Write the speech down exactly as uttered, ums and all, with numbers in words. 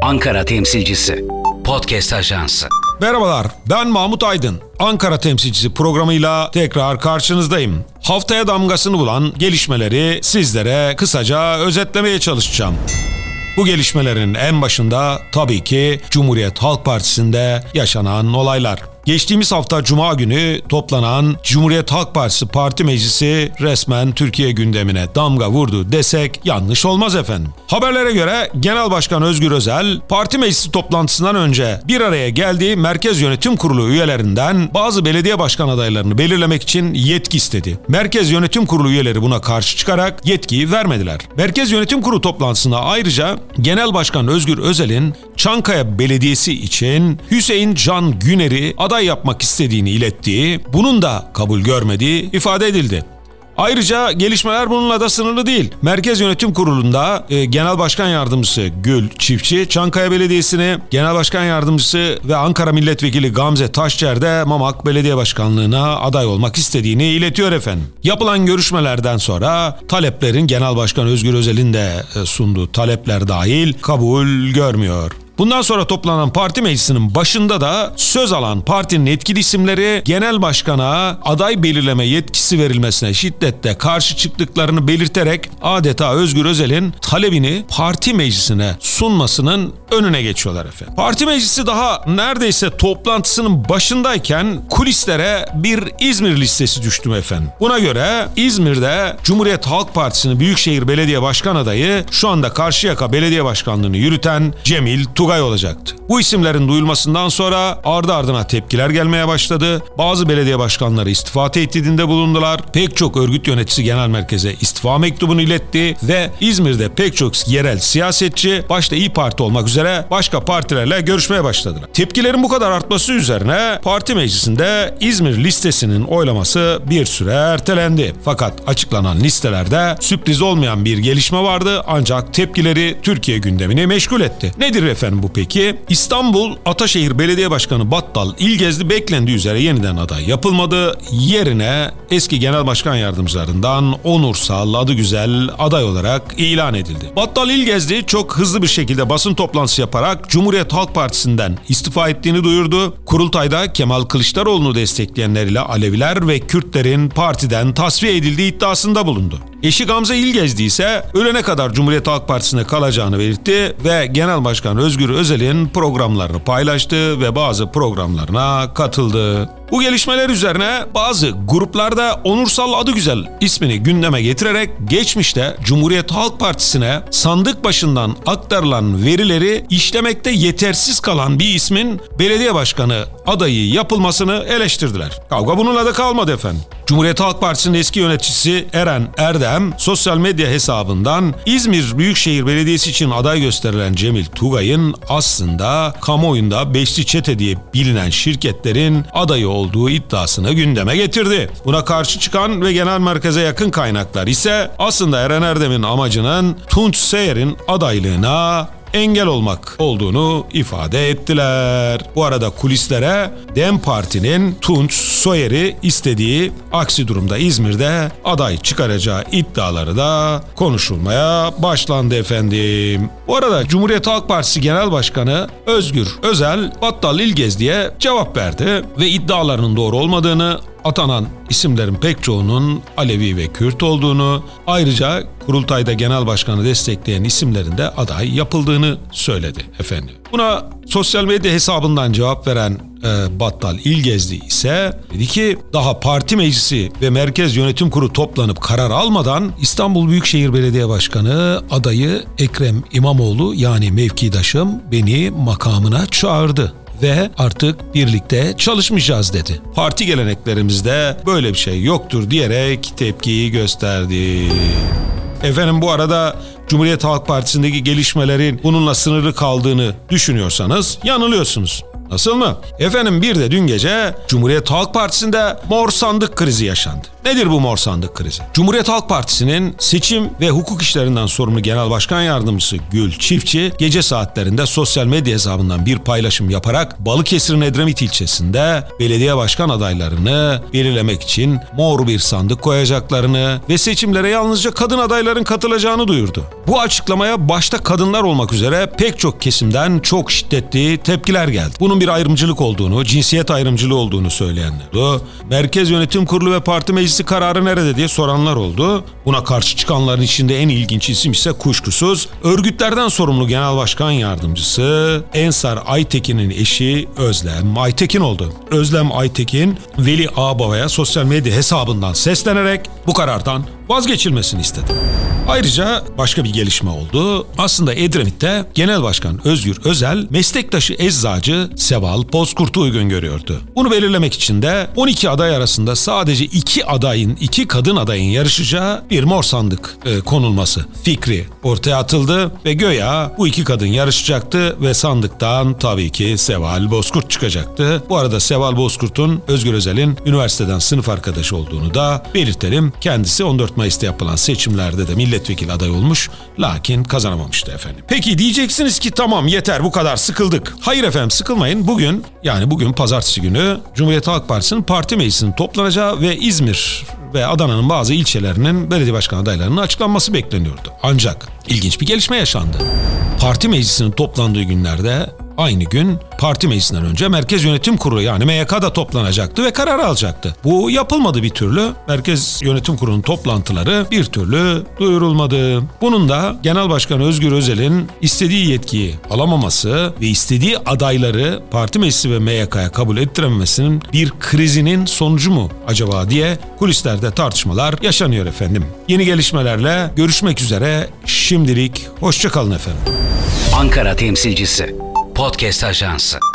Ankara temsilcisi. Podcast Ajansı. Merhabalar, ben Mahmut Aydın. Ankara temsilcisi programıyla tekrar karşınızdayım. Haftaya damgasını bulan gelişmeleri sizlere kısaca özetlemeye çalışacağım. Bu gelişmelerin en başında tabii ki Cumhuriyet Halk Partisi'nde yaşanan olaylar. Geçtiğimiz hafta Cuma günü toplanan Cumhuriyet Halk Partisi Parti Meclisi resmen Türkiye gündemine damga vurdu desek yanlış olmaz efendim. Haberlere göre Genel Başkan Özgür Özel, Parti Meclisi toplantısından önce bir araya geldiği Merkez Yönetim Kurulu üyelerinden bazı belediye başkan adaylarını belirlemek için yetki istedi. Merkez Yönetim Kurulu üyeleri buna karşı çıkarak yetkiyi vermediler. Merkez Yönetim Kurulu toplantısına ayrıca Genel Başkan Özgür Özel'in Çankaya Belediyesi için Hüseyin Can Güner'i aday yapmak istediğini ilettiği, bunun da kabul görmediği ifade edildi. Ayrıca gelişmeler bununla da sınırlı değil. Merkez Yönetim Kurulu'nda e, Genel Başkan Yardımcısı Gül Çiftçi, Çankaya Belediyesi'ni, Genel Başkan Yardımcısı ve Ankara Milletvekili Gamze Taşçer de Mamak Belediye Başkanlığı'na aday olmak istediğini iletiyor efendim. Yapılan görüşmelerden sonra taleplerin Genel Başkan Özgür Özel'in de e, sunduğu talepler dahil kabul görmüyor. Bundan sonra toplanan parti meclisinin başında da söz alan partinin etkili isimleri genel başkana aday belirleme yetkisi verilmesine şiddetle karşı çıktıklarını belirterek adeta Özgür Özel'in talebini parti meclisine sunmasının önüne geçiyorlar efendim. Parti meclisi daha neredeyse toplantısının başındayken kulislere bir İzmir listesi düştü efendim. Buna göre İzmir'de Cumhuriyet Halk Partisi'nin Büyükşehir Belediye Başkan adayı şu anda Karşıyaka Belediye Başkanlığı'nı yürüten Cemil Tugay olacaktı. Bu isimlerin duyulmasından sonra ardı ardına tepkiler gelmeye başladı. Bazı belediye başkanları istifa tehdidinde bulundular. Pek çok örgüt yöneticisi genel merkeze istifa mektubunu iletti ve İzmir'de pek çok yerel siyasetçi, başta İYİ Parti olmak üzere başka partilerle görüşmeye başladılar. Tepkilerin bu kadar artması üzerine parti meclisinde İzmir listesinin oylaması bir süre ertelendi. Fakat açıklanan listelerde sürpriz olmayan bir gelişme vardı, ancak tepkileri Türkiye gündemini meşgul etti. Nedir efendim bu peki? İstanbul Ataşehir Belediye Başkanı Battal İlgezdi beklendiği üzere yeniden aday yapılmadı. Yerine eski genel başkan yardımcılarından Onursal Adıgüzel aday olarak ilan edildi. Battal İlgezdi çok hızlı bir şekilde basın toplantısı yaparak Cumhuriyet Halk Partisi'nden istifa ettiğini duyurdu. Kurultayda Kemal Kılıçdaroğlu'nu destekleyenler ile Aleviler ve Kürtlerin partiden tasfiye edildiği iddiasında bulundu. Eşi Gamze İlgezdi ise ölene kadar Cumhuriyet Halk Partisi'ne kalacağını belirtti ve Genel Başkan Özgür Özel'in programlarını paylaştı ve bazı programlarına katıldı. Bu gelişmeler üzerine bazı gruplarda Onursal Adıgüzel ismini gündeme getirerek geçmişte Cumhuriyet Halk Partisi'ne sandık başından aktarılan verileri işlemekte yetersiz kalan bir ismin belediye başkanı adayı yapılmasını eleştirdiler. Kavga bununla da kalmadı efendim. Cumhuriyet Halk Partisi'nin eski yöneticisi Eren Erdem sosyal medya hesabından İzmir Büyükşehir Belediyesi için aday gösterilen Cemil Tugay'ın aslında kamuoyunda Beşli Çete diye bilinen şirketlerin adayı olduğu iddiasını gündeme getirdi. Buna karşı çıkan ve genel merkeze yakın kaynaklar ise aslında Eren Erdem'in amacının Tunç Soyer'in adaylığına engel olmak olduğunu ifade ettiler. Bu arada kulislere DEM Parti'nin Tunç Soyer'i istediği, aksi durumda İzmir'de aday çıkaracağı iddiaları da konuşulmaya başlandı efendim. Bu arada Cumhuriyet Halk Partisi Genel Başkanı Özgür Özel Battal İlgezdi'ye cevap verdi ve iddialarının doğru olmadığını, atanan isimlerin pek çoğunun Alevi ve Kürt olduğunu, ayrıca kurultayda genel başkanı destekleyen isimlerin de aday yapıldığını söyledi efendim. Buna sosyal medya hesabından cevap veren e, Battal İlgezdi ise dedi ki daha parti meclisi ve merkez yönetim kurulu toplanıp karar almadan İstanbul Büyükşehir Belediye Başkanı adayı Ekrem İmamoğlu yani mevkidaşım beni makamına çağırdı ve artık birlikte çalışmayacağız dedi. Parti geleneklerimizde böyle bir şey yoktur diyerek tepkiyi gösterdi. Efendim bu arada Cumhuriyet Halk Partisi'ndeki gelişmelerin bununla sınırlı kaldığını düşünüyorsanız yanılıyorsunuz. Nasıl mı? Efendim bir de dün gece Cumhuriyet Halk Partisi'nde mor sandık krizi yaşandı. Nedir bu mor sandık krizi? Cumhuriyet Halk Partisi'nin seçim ve hukuk işlerinden sorumlu Genel Başkan Yardımcısı Gül Çiftçi gece saatlerinde sosyal medya hesabından bir paylaşım yaparak Balıkesir'in Edremit ilçesinde belediye başkan adaylarını belirlemek için mor bir sandık koyacaklarını ve seçimlere yalnızca kadın adayların katılacağını duyurdu. Bu açıklamaya başta kadınlar olmak üzere pek çok kesimden çok şiddetli tepkiler geldi. Bunun bir ayrımcılık olduğunu, cinsiyet ayrımcılığı olduğunu söyleyenler oldu. Merkez Yönetim Kurulu ve Parti Meclisi kararı nerede diye soranlar oldu. Buna karşı çıkanların içinde en ilginç isim ise kuşkusuz örgütlerden sorumlu Genel Başkan Yardımcısı Ensar Aytekin'in eşi Özlem Aytekin oldu. Özlem Aytekin, Veli Ağababa'ya sosyal medya hesabından seslenerek bu karardan vazgeçilmesini istedi. Ayrıca başka bir gelişme oldu. Aslında Edremit'te Genel Başkan Özgür Özel meslektaşı eczacı Seval Bozkurt'u uygun görüyordu. Bunu belirlemek için de on iki aday arasında sadece iki adayın, iki kadın adayın yarışacağı bir mor sandık e, konulması fikri ortaya atıldı ve göya bu iki kadın yarışacaktı ve sandıktan tabii ki Seval Bozkurt çıkacaktı. Bu arada Seval Bozkurt'un Özgür Özel'in üniversiteden sınıf arkadaşı olduğunu da belirtelim. Kendisi on dört Mayıs'ta yapılan seçimlerde de milletvekili aday olmuş, lakin kazanamamıştı efendim. Peki diyeceksiniz ki tamam yeter bu kadar sıkıldık. Hayır efendim sıkılmayın. Bugün yani bugün pazartesi günü Cumhuriyet Halk Partisi'nin parti meclisinin toplanacağı ve İzmir ve Adana'nın bazı ilçelerinin belediye başkan adaylarının açıklanması bekleniyordu. Ancak ilginç bir gelişme yaşandı. Parti meclisinin toplandığı günlerde aynı gün parti meclisinden önce Merkez Yönetim Kurulu yani M Y K da toplanacaktı ve karar alacaktı. Bu yapılmadı bir türlü. Merkez Yönetim Kurulu'nun toplantıları bir türlü duyurulmadı. Bunun da Genel Başkan Özgür Özel'in istediği yetkiyi alamaması ve istediği adayları parti meclisi ve M Y K'ya kabul ettirememesinin bir krizinin sonucu mu acaba diye kulislerde tartışmalar yaşanıyor efendim. Yeni gelişmelerle görüşmek üzere. Şimdilik hoşça kalın efendim. Ankara temsilcisi. Podcast Ajansı.